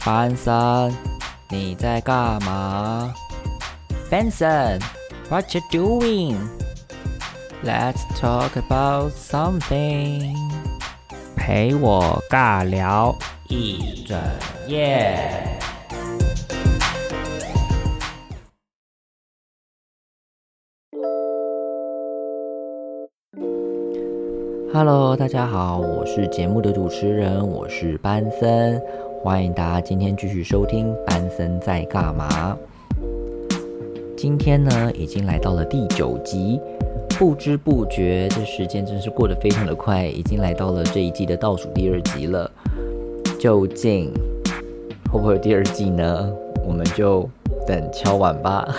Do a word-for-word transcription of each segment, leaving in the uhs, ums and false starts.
班森，你在干嘛 ？Benson, what you doing? Let's talk about something. 陪我尬聊一整夜。Hello， 大家好，我是节目的主持人，我是班森，欢迎大家今天继续收听班森在干嘛。今天呢，已经来到了第九集，不知不觉这时间真是过得非常的快，已经来到了这一季的倒数第二集了。究竟会不会有第二季呢？我们就等敲碗吧。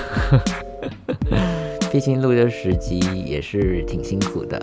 毕竟录这十集也是挺辛苦的。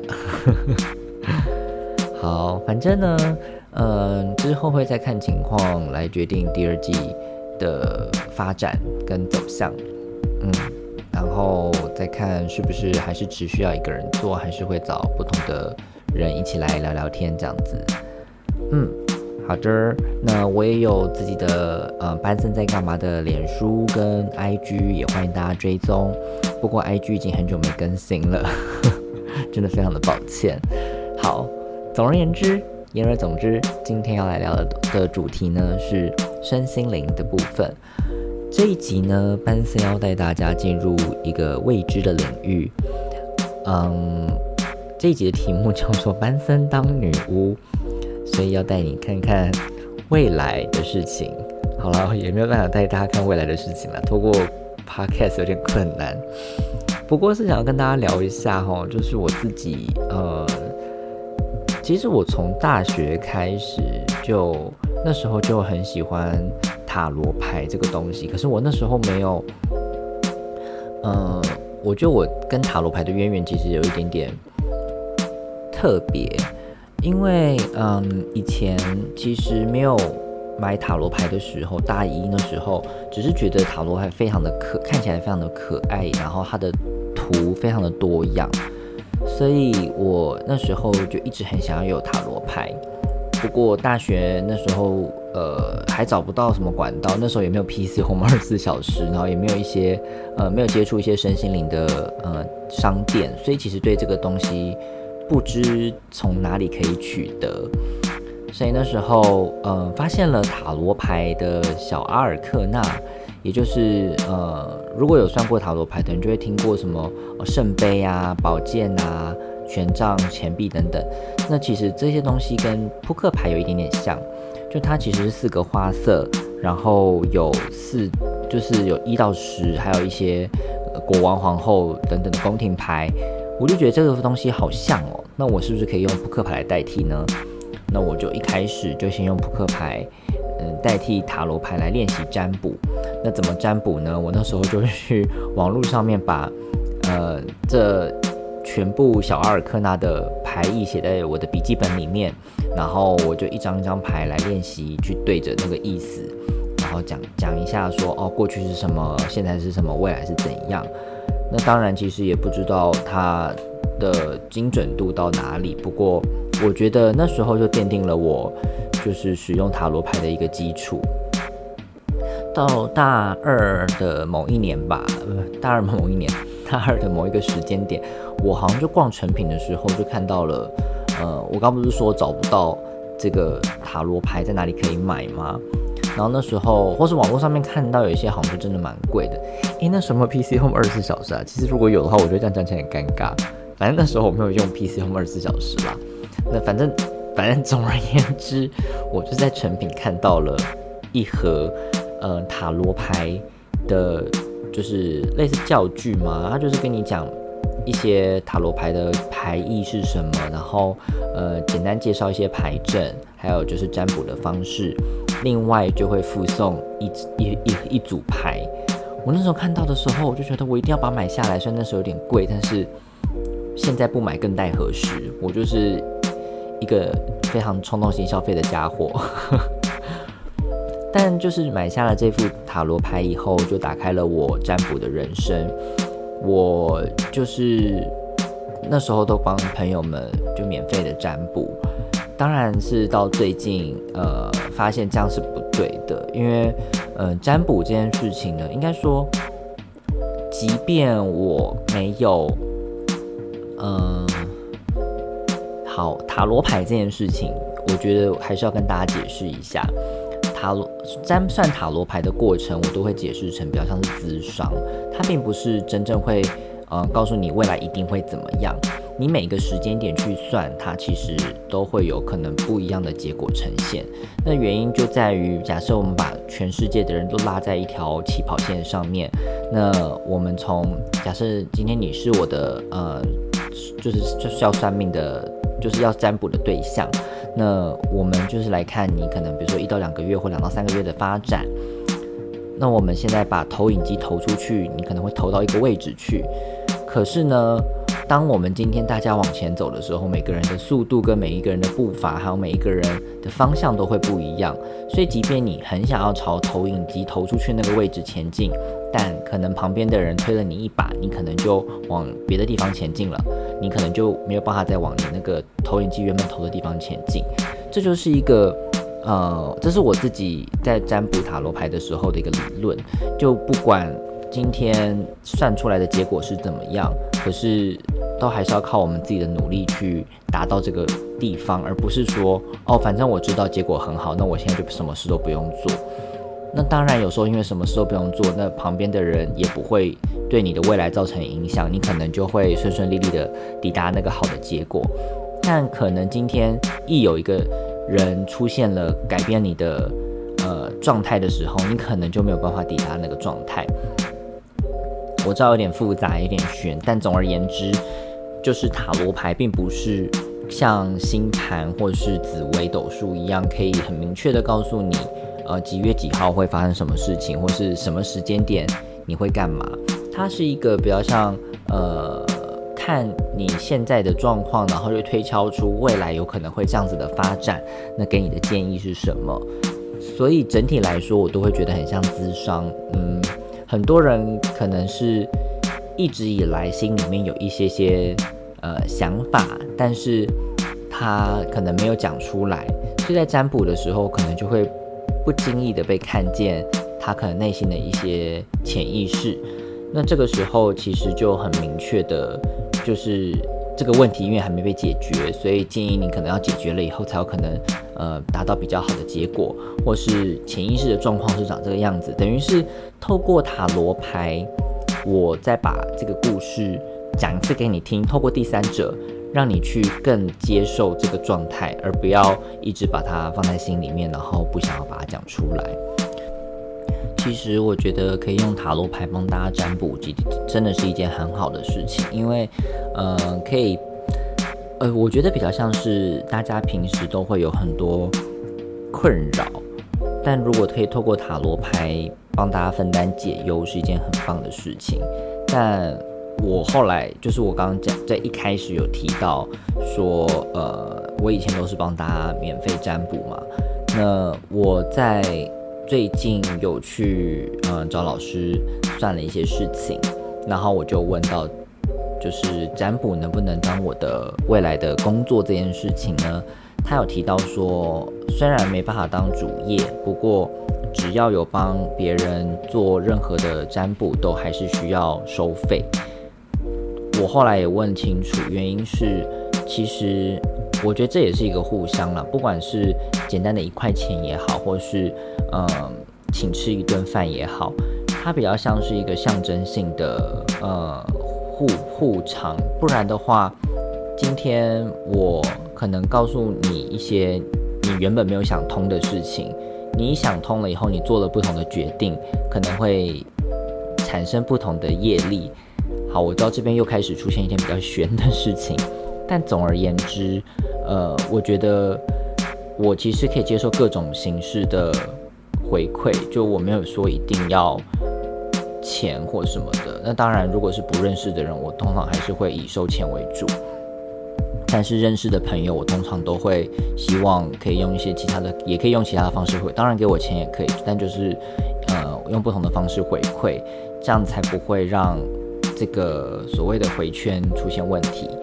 好，反正呢，嗯，之后会再看情况来决定第二季的发展跟走向，嗯，然后再看是不是还是只需要一个人做，还是会找不同的人一起来聊聊天这样子，嗯，好的，那我也有自己的呃班森在干嘛的脸书跟 I G， 也欢迎大家追踪，不过 I G 已经很久没更新了，真的非常的抱歉。好。总而言之，言而总之，今天要来聊 的, 的主题呢是身心灵的部分。这一集呢，班森要带大家进入一个未知的领域。嗯，这一集的题目叫做班森当女巫，所以要带你看看未来的事情。好了，也没有办法带大家看未来的事情了，透过 podcast 有点困难。不过是想要跟大家聊一下齁，就是我自己呃。其实我从大学开始就那时候就很喜欢塔罗牌这个东西，可是我那时候没有，呃，我觉得我跟塔罗牌的渊源其实有一点点特别，因为嗯，以前其实没有买塔罗牌的时候，大一那时候只是觉得塔罗牌非常的可，看起来非常的可爱，然后它的图非常的多样。所以我那时候就一直很想要有塔罗牌，不过大学那时候呃还找不到什么管道，那时候也没有 P C Home 二十四小时，然后也没有一些呃没有接触一些身心灵的呃商店，所以其实对这个东西不知从哪里可以取得，所以那时候呃发现了塔罗牌的小阿尔克纳。也就是呃，如果有算过塔罗牌的人，就会听过什么圣杯啊、宝剑啊、权杖、钱币等等。那其实这些东西跟扑克牌有一点点像，就它其实是四个花色，然后有四，就是有一到十，还有一些、呃、国王、皇后等等的宫廷牌。我就觉得这个东西好像哦，那我是不是可以用扑克牌来代替呢？那我就一开始就先用扑克牌。嗯，代替塔罗牌来练习占卜。那怎么占卜呢？我那时候就去网络上面把呃这全部小阿尔克纳的牌意写在我的笔记本里面，然后我就一张一张牌来练习，去对着那个意思，然后讲讲一下说哦，过去是什么，现在是什么，未来是怎样。那当然，其实也不知道它的精准度到哪里，不过我觉得那时候就奠定了我。就是使用塔罗牌的一个基础。到大二的某一年吧，大二某一年，大二的某一个时间点，我好像就逛成品的时候就看到了，呃，我刚不是说找不到这个塔罗牌在哪里可以买吗？然后那时候或是网络上面看到有一些好像就真的蛮贵的。诶，那什么 P C Home 二十四小时啊？其实如果有的话，我觉得这样讲起来很尴尬。反正那时候我没有用 P C Home 二十四小时啦。那反正。反正总而言之，我就在成品看到了一盒呃塔罗牌的，就是类似教具嘛，它就是跟你讲一些塔罗牌的牌意是什么，然后呃简单介绍一些牌阵，还有就是占卜的方式，另外就会附送一一一一组牌。我那时候看到的时候，我就觉得我一定要把它买下来，虽然那时候有点贵，但是现在不买更待何时？我就是。一个非常冲动型消费的家伙，但就是买下了这副塔罗牌以后，就打开了我占卜的人生。我就是那时候都帮朋友们就免费的占卜， 当然是到最近，呃，发现这样是不对的，因为，呃，占卜这件事情呢，应该说，即便我没有，嗯、呃，好，塔罗牌这件事情，我觉得还是要跟大家解释一下，塔罗占算塔罗牌的过程，我都会解释成比较像是咨商，它并不是真正会，呃，告诉你未来一定会怎么样。你每个时间点去算，它其实都会有可能不一样的结果呈现。那原因就在于，假设我们把全世界的人都拉在一条起跑线上面，那我们从假设今天你是我的呃，就是就是要算命的，就是要占卜的对象，那我们就是来看你可能比如说一到两个月或两到三个月的发展。那我们现在把投影机投出去，你可能会投到一个位置去，可是呢，当我们今天大家往前走的时候，每个人的速度跟每一个人的步伐，还有每一个人的方向都会不一样。所以即便你很想要朝投影机投出去那个位置前进，但可能旁边的人推了你一把，你可能就往别的地方前进了，你可能就没有办法再往你那个投影机原本投的地方前进。这就是一个呃，这是我自己在占卜塔罗牌的时候的一个理论，就不管今天算出来的结果是怎么样，可是都还是要靠我们自己的努力去达到这个地方，而不是说哦，反正我知道结果很好，那我现在就什么事都不用做。那当然有时候因为什么事都不用做，那旁边的人也不会对你的未来造成影响，你可能就会顺顺利利的抵达那个好的结果。但可能今天一有一个人出现了改变你的呃状态的时候，你可能就没有办法抵达那个状态。我知道有点复杂，有点玄，但总而言之，就是塔罗牌并不是像星盘或是紫微斗数一样，可以很明确的告诉你，呃，几月几号会发生什么事情，或是什么时间点你会干嘛。它是一个比较像，呃，看你现在的状况，然后就推敲出未来有可能会这样子的发展，那给你的建议是什么？所以整体来说，我都会觉得很像咨商，嗯。很多人可能是一直以来心里面有一些些呃想法，但是他可能没有讲出来，所以在占卜的时候可能就会不经意的被看见他可能内心的一些潜意识。那这个时候其实就很明确的就是这个问题因为还没被解决，所以建议你可能要解决了以后才有可能呃达到比较好的结果，或是潜意识的状况是长这个样子。等于是透过塔罗牌，我再把这个故事讲一次给你听，透过第三者让你去更接受这个状态，而不要一直把它放在心里面，然后不想要把它讲出来。其实我觉得可以用塔罗牌帮大家占卜，真的是一件很好的事情，因为，呃，可以，呃，我觉得比较像是大家平时都会有很多困扰，但如果可以透过塔罗牌帮大家分担解忧，是一件很棒的事情。但我后来就是我刚刚讲，在一开始有提到说，呃，我以前都是帮大家免费占卜嘛，那我在最近有去呃找老师算了一些事情，然后我就问到，就是占卜能不能当我的未来的工作这件事情呢？他有提到说，虽然没办法当主业，不过只要有帮别人做任何的占卜，都还是需要收费。我后来也问清楚，原因是其实我觉得这也是一个互相啦，不管是简单的一块钱也好，或是嗯请吃一顿饭也好，它比较像是一个象征性的呃互互偿，不然的话，今天我可能告诉你一些你原本没有想通的事情，你一想通了以后，你做了不同的决定，可能会产生不同的业力。好，我到这边又开始出现一件比较玄的事情，但总而言之，呃，我觉得我其实可以接受各种形式的回馈，就我没有说一定要钱或什么的。那当然，如果是不认识的人，我通常还是会以收钱为主。但是认识的朋友，我通常都会希望可以用一些其他的，也可以用其他的方式回，当然给我钱也可以，但就是呃用不同的方式回馈，这样才不会让这个所谓的回圈出现问题。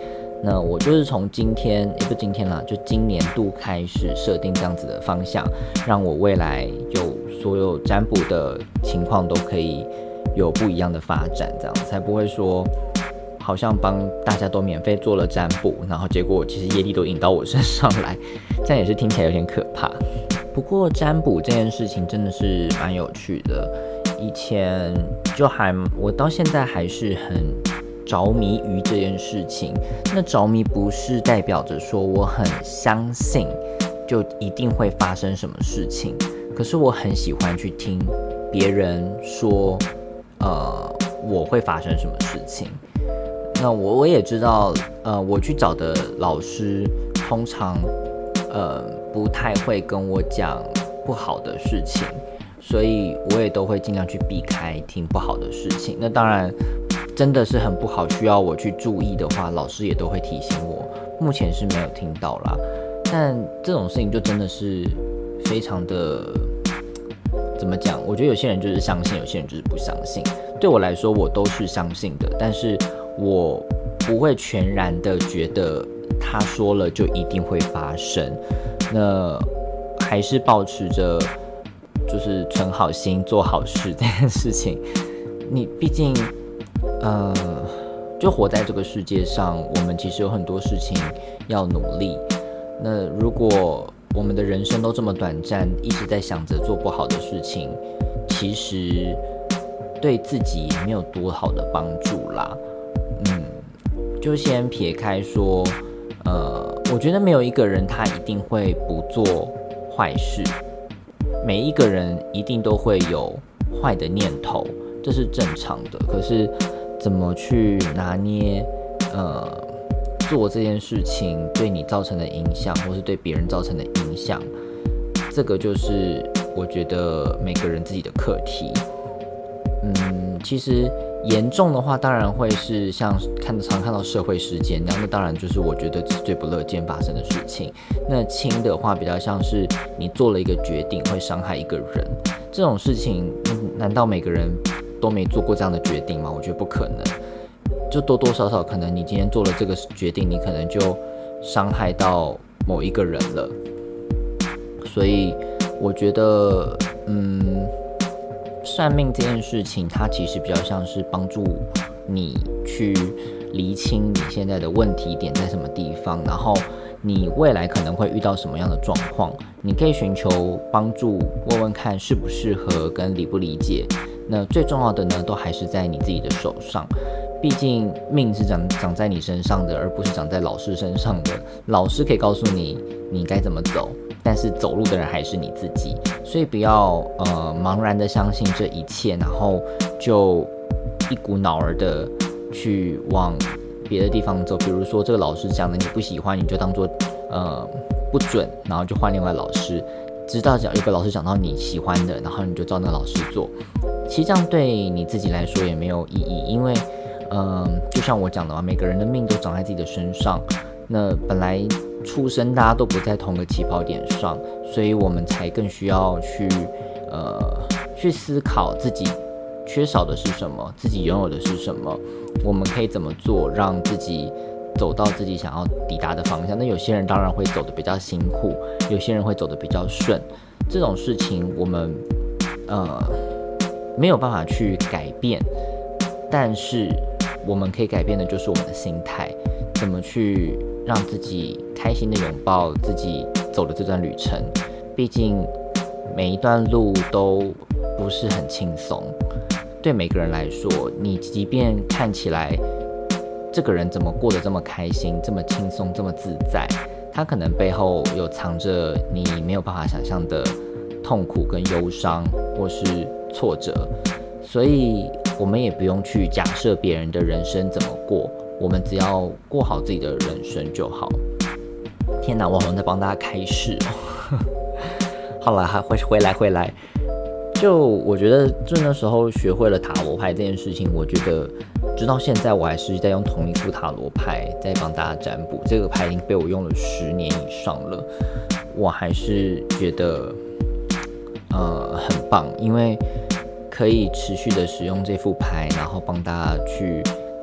那我就是从今天，也不是今天啦，就今年度开始设定这样子的方向，让我未来有所有占卜的情况都可以有不一样的发展，这样才不会说好像帮大家都免费做了占卜，然后结果其实业力都引到我身上来，这样也是听起来有点可怕。不过占卜这件事情真的是蛮有趣的，以前就还我到现在还是很着迷于这件事情。那着迷不是代表着说我很相信就一定会发生什么事情，可是我很喜欢去听别人说呃我会发生什么事情。那我我也知道呃我去找的老师通常呃不太会跟我讲不好的事情，所以我也都会尽量去避开听不好的事情。那当然真的是很不好需要我去注意的话，老师也都会提醒我，目前是没有听到啦。但这种事情就真的是非常的怎么讲，我觉得有些人就是相信，有些人就是不相信。对我来说我都是相信的，但是我不会全然的觉得他说了就一定会发生，那还是保持着就是存好心做好事这件事情。你毕竟呃，就活在这个世界上，我们其实有很多事情要努力。那如果我们的人生都这么短暂，一直在想着做不好的事情，其实对自己也没有多好的帮助啦。嗯，就先撇开说，呃，我觉得没有一个人他一定会不做坏事，每一个人一定都会有坏的念头，这是正常的。可是怎么去拿捏呃做这件事情对你造成的影响，或是对别人造成的影响，这个就是我觉得每个人自己的课题。嗯，其实严重的话当然会是像看常看到社会事件那样，那当然就是我觉得是最不乐见发生的事情。那轻的话比较像是你做了一个决定会伤害一个人，这种事情难道每个人都没做过这样的决定吗？我觉得不可能，就多多少少可能你今天做了这个决定，你可能就伤害到某一个人了。所以我觉得嗯算命这件事情它其实比较像是帮助你去厘清你现在的问题点在什么地方，然后你未来可能会遇到什么样的状况，你可以寻求帮助，问问看适不适合跟理不理解。那最重要的呢都还是在你自己的手上，毕竟命是 长, 长在你身上的，而不是长在老师身上的。老师可以告诉你你该怎么走，但是走路的人还是你自己，所以不要呃茫然的相信这一切，然后就一股脑儿的去往别的地方走。比如说这个老师讲的你不喜欢，你就当做呃不准，然后就换另外老师。直到有个老师讲到你喜欢的，然后你就照那个老师做。其实这样对你自己来说也没有意义，因为嗯，就像我讲的嘛，每个人的命都长在自己的身上。那本来出生大家都不在同个起跑点上，所以我们才更需要去呃去思考自己缺少的是什么，自己拥有的是什么，我们可以怎么做让自己走到自己想要抵达的方向。那有些人当然会走得比较辛苦，有些人会走得比较顺，这种事情我们呃没有办法去改变，但是我们可以改变的就是我们的心态，怎么去让自己开心的拥抱自己走的这段旅程。毕竟每一段路都不是很轻松，对每个人来说，你即便看起来这个人怎么过得这么开心，这么轻松，这么自在，他可能背后有藏着你没有办法想象的痛苦跟忧伤或是挫折。所以我们也不用去假设别人的人生怎么过，我们只要过好自己的人生就好。天哪，我好像在帮大家开示哦。好了，还回回来回来，就我觉得就那时候学会了塔罗牌这件事情，我觉得直到现在我还是在用同一副塔罗牌在帮大家占卜。这个牌已经被我用了十年以上了，我还是觉得呃很棒，因为可以持续的使用这副牌，然后帮大家去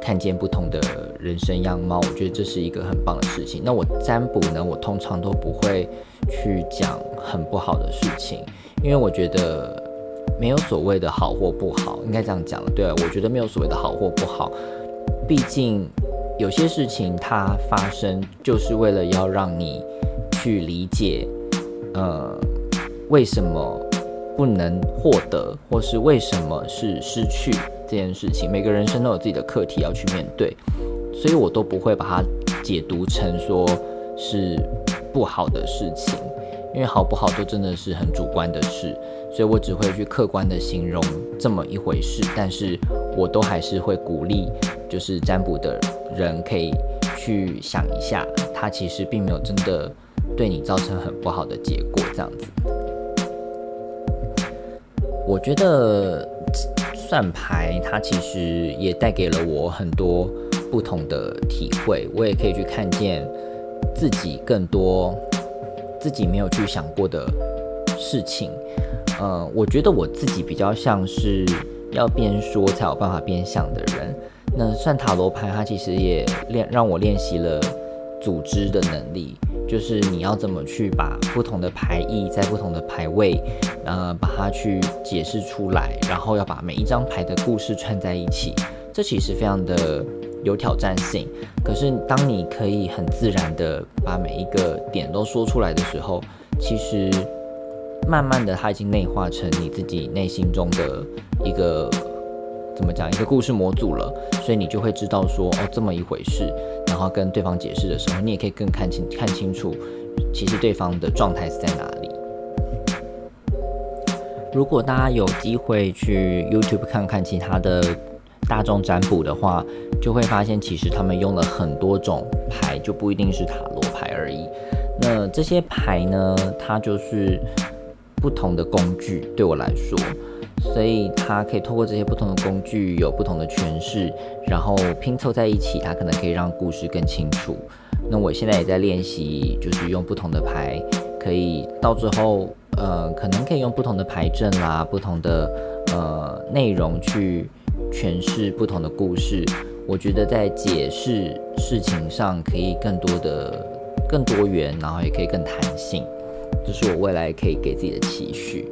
看见不同的人生样貌，我觉得这是一个很棒的事情。那我占卜呢，我通常都不会去讲很不好的事情，因为我觉得没有所谓的好或不好，应该这样讲了。对啊，我觉得没有所谓的好或不好，毕竟有些事情它发生就是为了要让你去理解，呃，为什么不能获得，或是为什么是失去这件事情。每个人生都有自己的课题要去面对，所以我都不会把它解读成说是不好的事情，因为好不好都真的是很主观的事，所以我只会去客观的形容这么一回事。但是我都还是会鼓励，就是占卜的人可以去想一下，它其实并没有真的对你造成很不好的结果，这样子。我觉得算牌它其实也带给了我很多不同的体会，我也可以去看见自己更多自己没有去想过的事情。呃，我觉得我自己比较像是要边说才有办法边想的人。那算塔罗牌它其实也练让我练习了组织的能力，就是你要怎么去把不同的牌意在不同的牌位，呃，把它去解释出来，然后要把每一张牌的故事串在一起，这其实非常的有挑战性。可是当你可以很自然的把每一个点都说出来的时候，其实慢慢的它已经内化成你自己内心中的一个怎么讲一个故事模组了，所以你就会知道说哦这么一回事，然后跟对方解释的时候，你也可以更看清看清楚其实对方的状态是在哪里。如果大家有机会去 YouTube 看看其他的大众占卜的话，就会发现其实他们用了很多种牌，就不一定是塔罗牌而已。那这些牌呢，它就是不同的工具，对我来说，所以它可以透过这些不同的工具有不同的诠释，然后拼凑在一起，它可能可以让故事更清楚。那我现在也在练习，就是用不同的牌，可以到最后，呃，可能可以用不同的牌阵啦，不同的呃内容去诠释不同的故事。我觉得在解释事情上可以更多的更多元，然后也可以更弹性，这是我未来可以给自己的期许。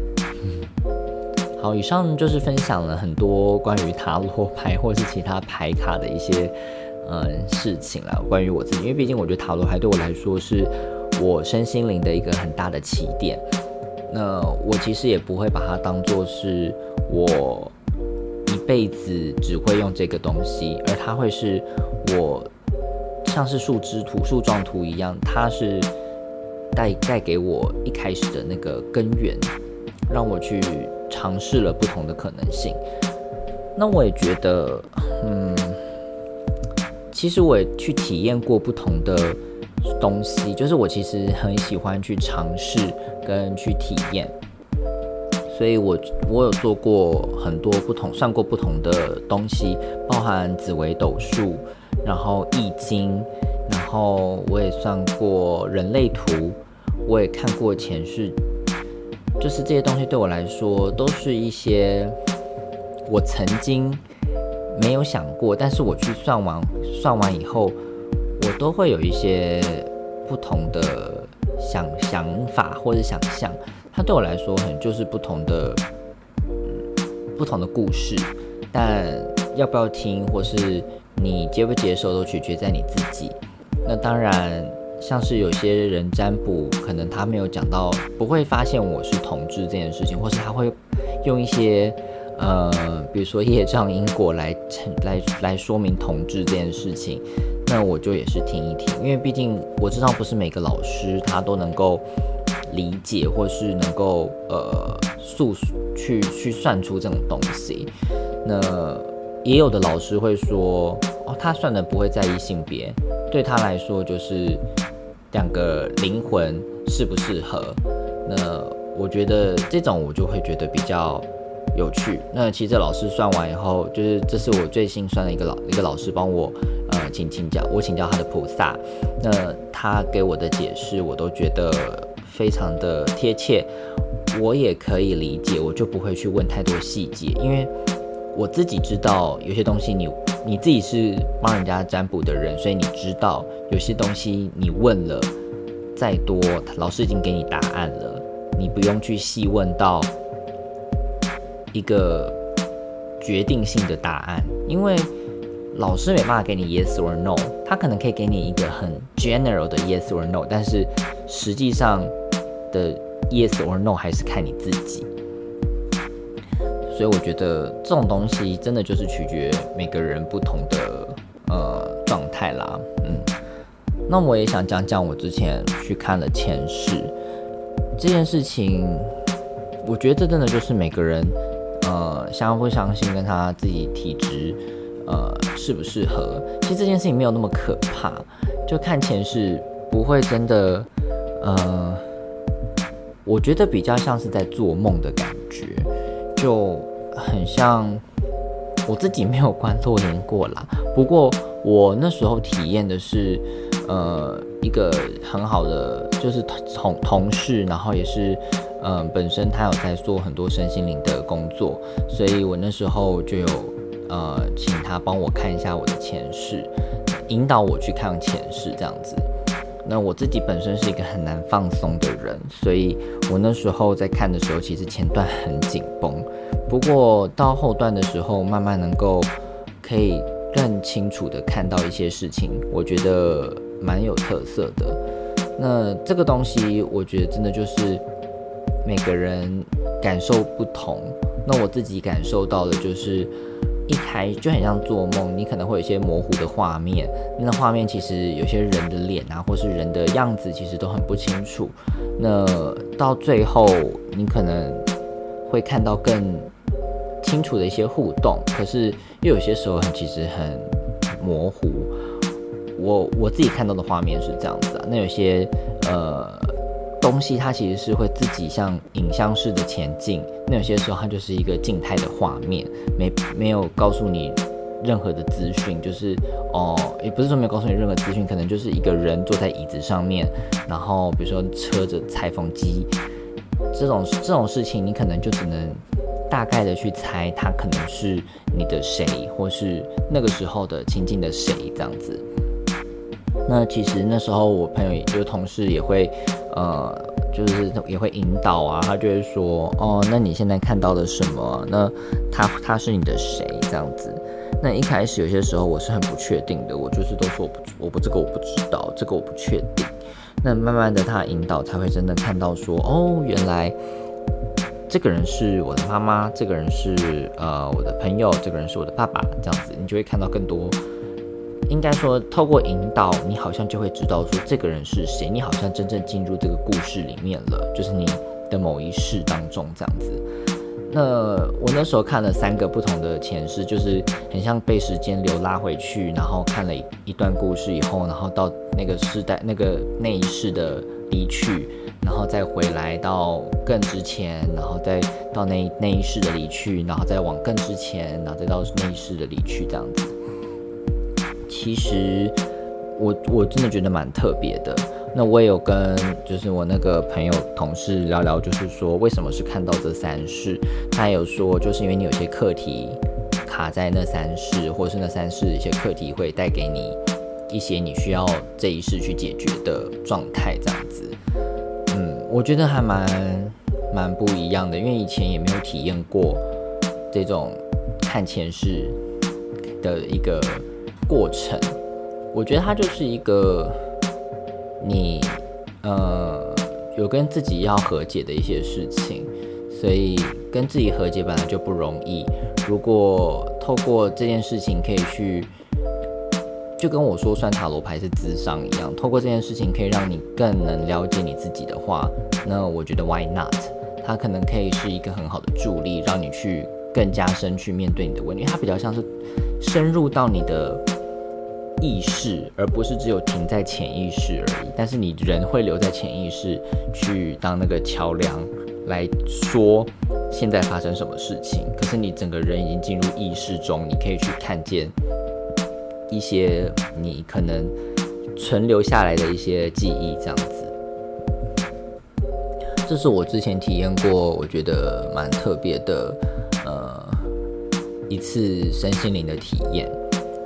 好，以上就是分享了很多关于塔罗牌或是其他牌卡的一些呃事情啦，关于我自己，因为毕竟我觉得塔罗牌对我来说是我身心灵的一个很大的起点。那我其实也不会把它当作是我一辈子只会用这个东西，而它会是我像是树枝图、树状图一样，它是带带给我一开始的那个根源，让我去尝试了不同的可能性。那我也觉得，嗯，其实我也去体验过不同的东西，就是我其实很喜欢去尝试跟去体验，所以我我有做过很多不同，算过不同的东西，包含紫微斗数，然后易经，然后我也算过人类图，我也看过前世。就是这些东西对我来说都是一些我曾经没有想过，但是我去算完算完以后，我都会有一些不同的想想法或者想象，它对我来说很就是不同的、嗯、不同的故事，但要不要听或是你接不接受都取决在你自己。那当然像是有些人占卜，可能他没有讲到，不会发现我是同志这件事情，或是他会用一些呃，比如说业障因果来来来说明同志这件事情，那我就也是听一听，因为毕竟我知道不是每个老师他都能够理解，或是能够呃速去去算出这种东西。那也有的老师会说，哦，他算的不会在意性别，对他来说就是两个灵魂适不适合。那我觉得这种我就会觉得比较有趣。那其实这老师算完以后，就是这是我最新算的一个老一个老师帮我呃请请教，我请教他的菩萨，那他给我的解释我都觉得非常的贴切，我也可以理解，我就不会去问太多细节，因为我自己知道有些东西你你自己是帮人家占卜的人，所以你知道有些东西你问了再多，老师已经给你答案了，你不用去细问到一个决定性的答案，因为老师没办法给你 yes or no， 他可能可以给你一个很 general 的 yes or no， 但是实际上的 yes or no 还是看你自己。所以我觉得这种东西真的就是取决每个人不同的呃状态啦。嗯，那我也想讲讲我之前去看了前世这件事情，我觉得这真的就是每个人呃相不相信跟他自己体质呃适不适合。其实这件事情没有那么可怕，就看前世不会真的呃，我觉得比较像是在做梦的感觉。就很像我自己没有关落年过啦，不过我那时候体验的是呃一个很好的就是同同事，然后也是呃本身他有在做很多身心灵的工作，所以我那时候就有呃请他帮我看一下我的前世，引导我去看前世这样子。那我自己本身是一个很难放松的人，所以我那时候在看的时候，其实前段很紧绷，不过到后段的时候，慢慢能够可以更清楚的看到一些事情，我觉得蛮有特色的。那这个东西，我觉得真的就是每个人感受不同。那我自己感受到的就是，一开就很像做梦，你可能会有一些模糊的画面，那画面其实有些人的脸啊，或是人的样子，其实都很不清楚。那到最后，你可能会看到更清楚的一些互动，可是又有些时候其实很模糊。我我自己看到的画面是这样子啊，那有些呃东西它其实是会自己像影像式的前进，那有些时候它就是一个静态的画面，没没有告诉你任何的资讯，就是哦，也不是说没有告诉你任何资讯，可能就是一个人坐在椅子上面，然后比如说车着裁缝机，这种这种事情，你可能就只能大概的去猜，他可能是你的谁，或是那个时候的情境的谁这样子。那其实那时候我朋友也就是同事也会呃就是也会引导啊，他就会说哦，那你现在看到了什么？那他他是你的谁这样子？那一开始有些时候我是很不确定的，我就是都说我不我不这个我不知道，这个我不确定。那慢慢的他引导才会真的看到说哦，原来这个人是我的妈妈，这个人是呃我的朋友，这个人是我的爸爸，这样子你就会看到更多。应该说透过引导，你好像就会知道说这个人是谁，你好像真正进入这个故事里面了，就是你的某一世当中这样子。那我那时候看了三个不同的前世，就是很像被时间流拉回去，然后看了一段故事以后，然后到那个世代那个那一世的离去，然后再回来到更之前，然后再到那那一世的离去，然后再往更之前，然后再到那一世的离去这样子。其实我我真的觉得蛮特别的。那我也有跟就是我那个朋友同事聊聊，就是说为什么是看到这三世。他也有说，就是因为你有些课题卡在那三世，或是那三世一些课题会带给你一些你需要这一世去解决的状态，这样子。嗯，我觉得还蛮蛮不一样的，因为以前也没有体验过这种看前世的一个过程。我觉得它就是一个你呃有跟自己要和解的一些事情，所以跟自己和解本来就不容易。如果透过这件事情可以去，就跟我说算塔罗牌是咨商一样，透过这件事情可以让你更能了解你自己的话，那我觉得 why not？ 它可能可以是一个很好的助力，让你去更加深去面对你的问题。它比较像是深入到你的意识，而不是只有停在潜意识而已。但是你人会留在潜意识去当那个桥梁来说现在发生什么事情，可是你整个人已经进入意识中，你可以去看见一些你可能存留下来的一些记忆，这样子。这是我之前体验过我觉得蛮特别的呃一次身心灵的体验。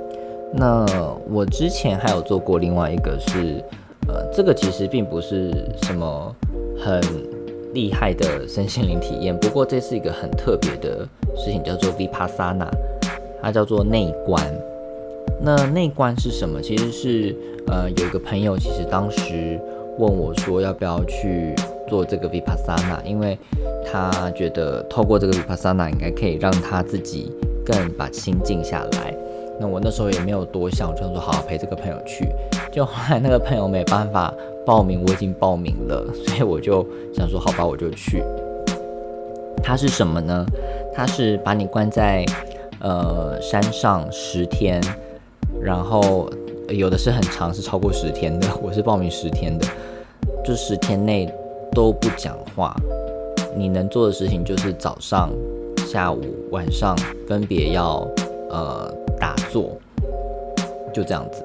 那我之前还有做过另外一个是，呃，这个其实并不是什么很厉害的身心灵体验，不过这是一个很特别的事情，叫做 Vipassana， 它叫做内观。那内观是什么？其实是呃有一个朋友，其实当时问我说要不要去做这个 Vipassana， 因为他觉得透过这个 Vipassana 应该可以让他自己更把心静下来。那我那时候也没有多想，我就说好好陪这个朋友去。就后来那个朋友没办法报名，我已经报名了，所以我就想说好吧，我就去。它是什么呢？它是把你关在呃山上十天，然后有的是很长，是超过十天的，我是报名十天的，就十天内都不讲话。你能做的事情就是早上、下午、晚上分别要呃打坐，就这样子。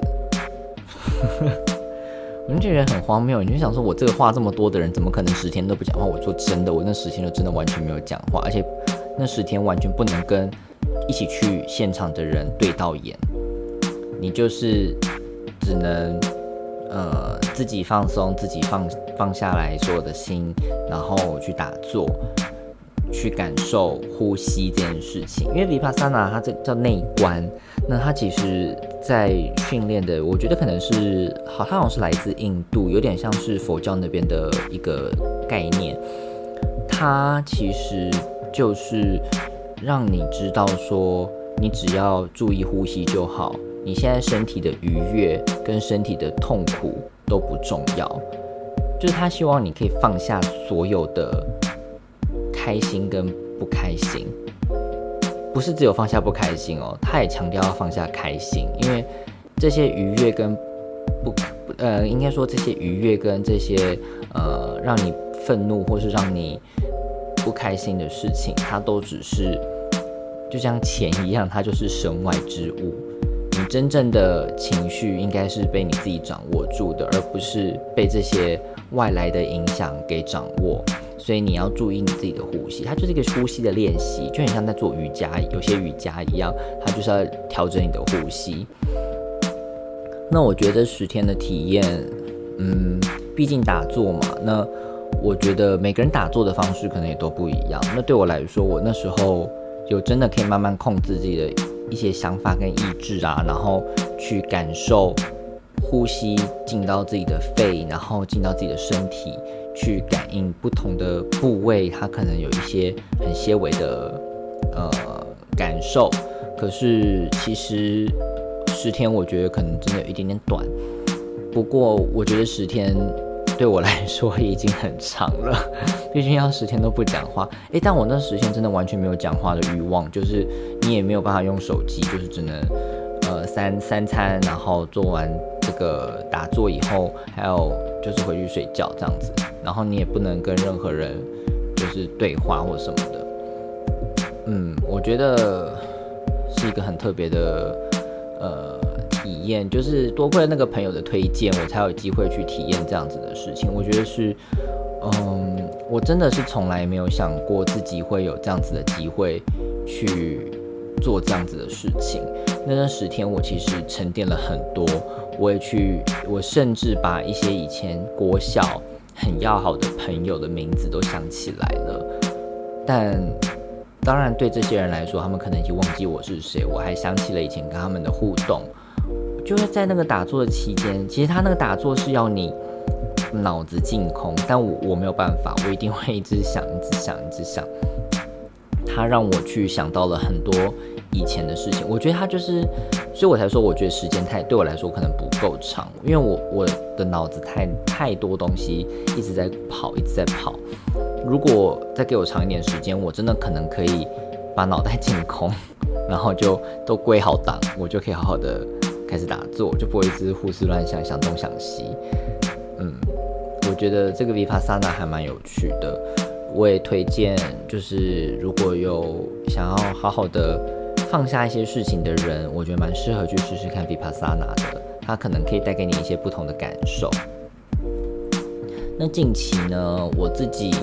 我就觉得很荒谬，你就想说，我这个话这么多的人，怎么可能十天都不讲话？我说真的，我那十天就真的完全没有讲话，而且那十天完全不能跟一起去现场的人对到眼，你就是只能呃自己放松，自己放放下来所有的心，然后去打坐，去感受呼吸这件事情。因为 Vipassana 它这叫内观，那它其实在训练的，我觉得可能是好，它好像是来自印度，有点像是佛教那边的一个概念。它其实就是让你知道说，你只要注意呼吸就好，你现在身体的愉悦跟身体的痛苦都不重要，就是他希望你可以放下所有的开心跟不开心，不是只有放下不开心哦，他也强调要放下开心，因为这些愉悦跟不呃，应该说这些愉悦跟这些呃让你愤怒或是让你不开心的事情，它都只是就像钱一样，它就是身外之物。你真正的情绪应该是被你自己掌握住的，而不是被这些外来的影响给掌握。所以你要注意你自己的呼吸，它就是一个呼吸的练习，就很像在做瑜伽，有些瑜伽一样，它就是要调整你的呼吸。那我觉得十天的体验，嗯，毕竟打坐嘛，那我觉得每个人打坐的方式可能也都不一样。那对我来说，我那时候有真的可以慢慢控制自己的一些想法跟意志啊，然后去感受呼吸进到自己的肺，然后进到自己的身体，去感应不同的部位，它可能有一些很些微的呃感受。可是其实十天我觉得可能真的有一点点短，不过我觉得十天对我来说已经很长了，毕竟要十天都不讲话。诶，但我那十天真的完全没有讲话的欲望，就是你也没有办法用手机，就是只能呃三三餐，然后做完这个打坐以后，还有就是回去睡觉这样子，然后你也不能跟任何人就是对话或什么的。嗯，我觉得是一个很特别的呃体验，就是多亏了那个朋友的推荐，我才有机会去体验这样子的事情。我觉得是，嗯，我真的是从来没有想过自己会有这样子的机会去做这样子的事情。那那十天我其实沉淀了很多，我也去，我甚至把一些以前国小很要好的朋友的名字都想起来了，但当然对这些人来说，他们可能已经忘记我是谁，我还想起了以前跟他们的互动。就会在那个打坐的期间，其实他那个打坐是要你脑子净空，但我我没有办法，我一定会一直想一直想一直想。他让我去想到了很多以前的事情，我觉得他就是，所以我才说我觉得时间太对我来说可能不够长，因为我我的脑子太太多东西一直在跑一直在跑，如果再给我长一点时间，我真的可能可以把脑袋净空，然后就都归好档，我就可以好好的开始打坐，就不会一直胡思乱想，想东想西。嗯，我觉得这个 Vipassana 还蛮有趣的，我也推荐，就是如果有想要好好的放下一些事情的人，我觉得蛮适合去试试看 Vipassana 的，它可能可以带给你一些不同的感受。那近期呢，我自己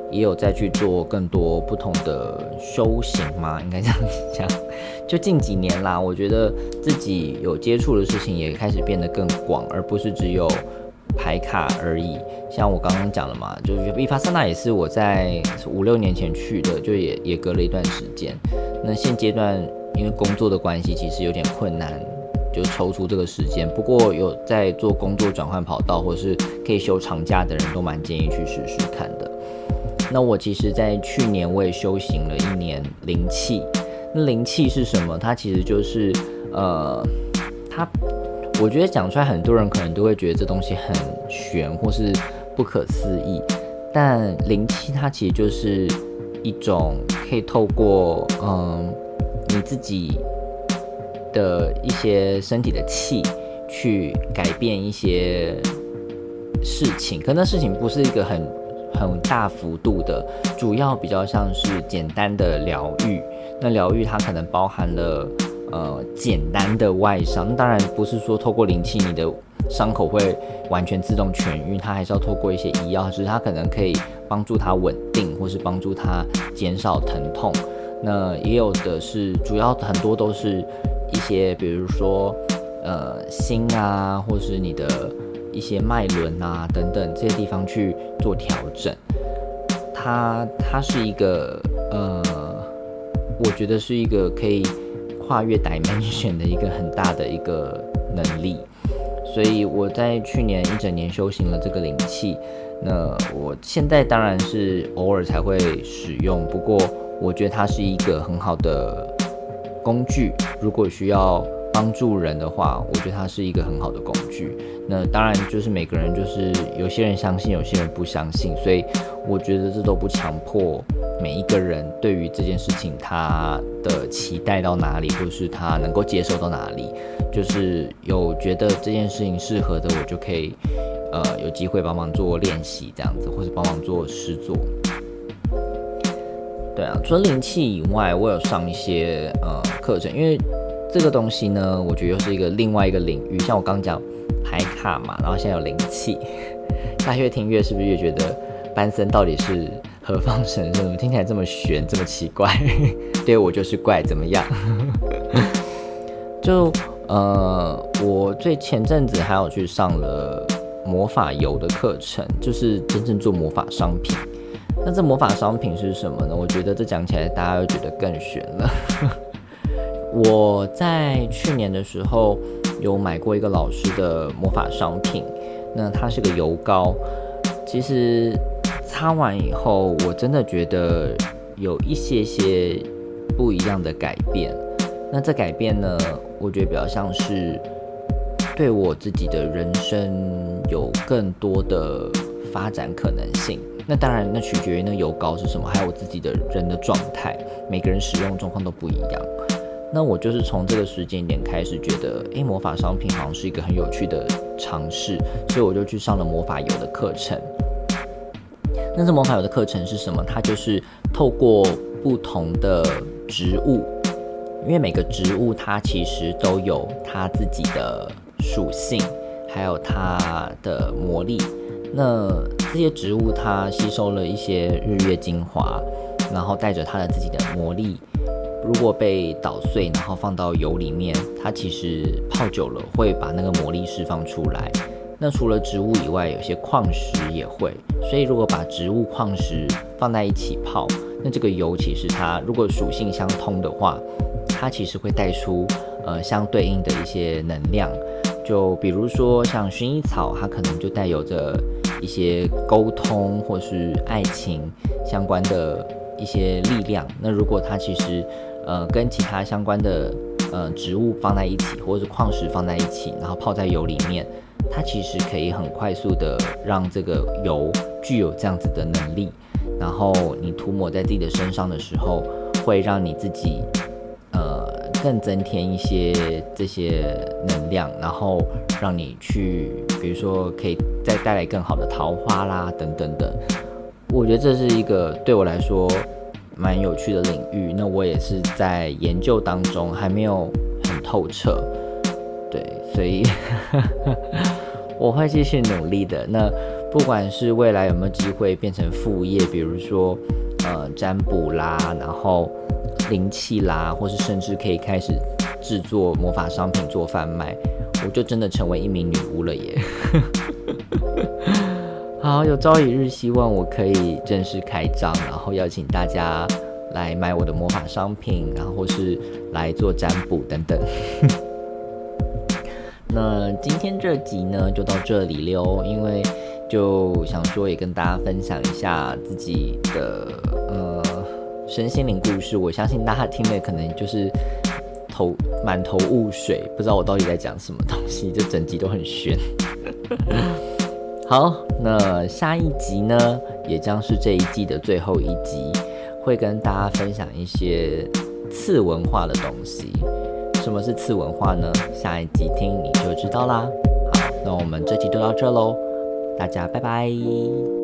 也有再去做更多不同的修行嘛，应该这样讲。就近几年啦，我觉得自己有接触的事情也开始变得更广，而不是只有牌卡而已。像我刚刚讲的嘛，就是伊法萨纳也是我在五六年前去的，就也也隔了一段时间。那现阶段因为工作的关系，其实有点困难，就抽出这个时间。不过有在做工作转换跑道，或是可以休长假的人都蛮建议去试试看的。那我其实在去年我也修行了一年灵气。那灵气是什么？它其实就是呃，它我觉得讲出来很多人可能都会觉得这东西很玄或是不可思议，但灵气它其实就是一种可以透过嗯你自己的一些身体的气去改变一些事情，可那事情不是一个很很大幅度的，主要比较像是简单的疗愈。那疗愈它可能包含了呃简单的外伤，当然不是说透过灵气你的伤口会完全自动痊愈，它还是要透过一些医药，只是它可能可以帮助它稳定，或是帮助它减少疼痛。那也有的是主要很多都是一些比如说呃心啊，或是你的一些脉轮啊等等这些地方去做调整。它它是一个呃我觉得是一个可以跨越 dimension 的一个很大的一个能力，所以我在去年一整年修行了这个灵气。那我现在当然是偶尔才会使用，不过我觉得它是一个很好的工具，如果需要帮助人的话，我觉得它是一个很好的工具。那当然就是每个人就是有些人相信，有些人不相信，所以我觉得这都不强迫每一个人对于这件事情他的期待到哪里，或是他能够接受到哪里。就是有觉得这件事情适合的，我就可以呃有机会帮忙做练习这样子，或是帮忙做实作。对啊，除了灵气以外，我有上一些呃课程，因为这个东西呢，我觉得又是一个另外一个领域。像我刚讲牌卡嘛，然后现在有灵气，大家越听越是不是越觉得班森到底是何方神圣？怎么听起来这么玄，这么奇怪？对，我就是怪，怎么样？就呃，我最前阵子还有去上了魔法油的课程，就是真正做魔法商品。那这魔法商品是什么呢？我觉得这讲起来大家会觉得更玄了。我在去年的时候有买过一个老师的魔法商品，那它是个油膏，其实擦完以后我真的觉得有一些些不一样的改变。那这改变呢，我觉得比较像是对我自己的人生有更多的发展可能性。那当然那取决于那油膏是什么，还有我自己的人的状态，每个人使用状况都不一样。那我就是从这个时间点开始觉得，诶，魔法商品好像是一个很有趣的尝试，所以我就去上了魔法油的课程。那这魔法油的课程是什么？它就是透过不同的植物，因为每个植物它其实都有它自己的属性，还有它的魔力。那这些植物它吸收了一些日月精华，然后带着它的自己的魔力，如果被捣碎然后放到油里面，它其实泡久了会把那个魔力释放出来。那除了植物以外，有些矿石也会，所以如果把植物矿石放在一起泡，那这个油其实它如果属性相通的话，它其实会带出呃相对应的一些能量。就比如说像薰衣草，它可能就带有着一些沟通或是爱情相关的一些力量。那如果它其实呃跟其他相关的呃植物放在一起，或者是矿石放在一起，然后泡在油里面，它其实可以很快速的让这个油具有这样子的能力。然后你涂抹在自己的身上的时候，会让你自己呃更增添一些这些能量，然后让你去比如说可以再带来更好的桃花啦等等的。我觉得这是一个对我来说蛮有趣的领域，那我也是在研究当中，还没有很透彻，对，所以我会继续努力的。那不管是未来有没有机会变成副业，比如说呃占卜啦，然后灵气啦，或是甚至可以开始制作魔法商品做贩卖，我就真的成为一名女巫了耶。好，有朝一日希望我可以正式开张，然后邀请大家来买我的魔法商品，然后或是来做占卜等等。那今天这集呢就到这里了，因为就想说也跟大家分享一下自己的呃身心灵故事，我相信大家听的可能就是头满头雾水，不知道我到底在讲什么东西，就整集都很悬。好，那下一集呢也将是这一季的最后一集，会跟大家分享一些次文化的东西。什么是次文化呢？下一集听你就知道啦。好，那我们这集就到这咯，大家拜拜。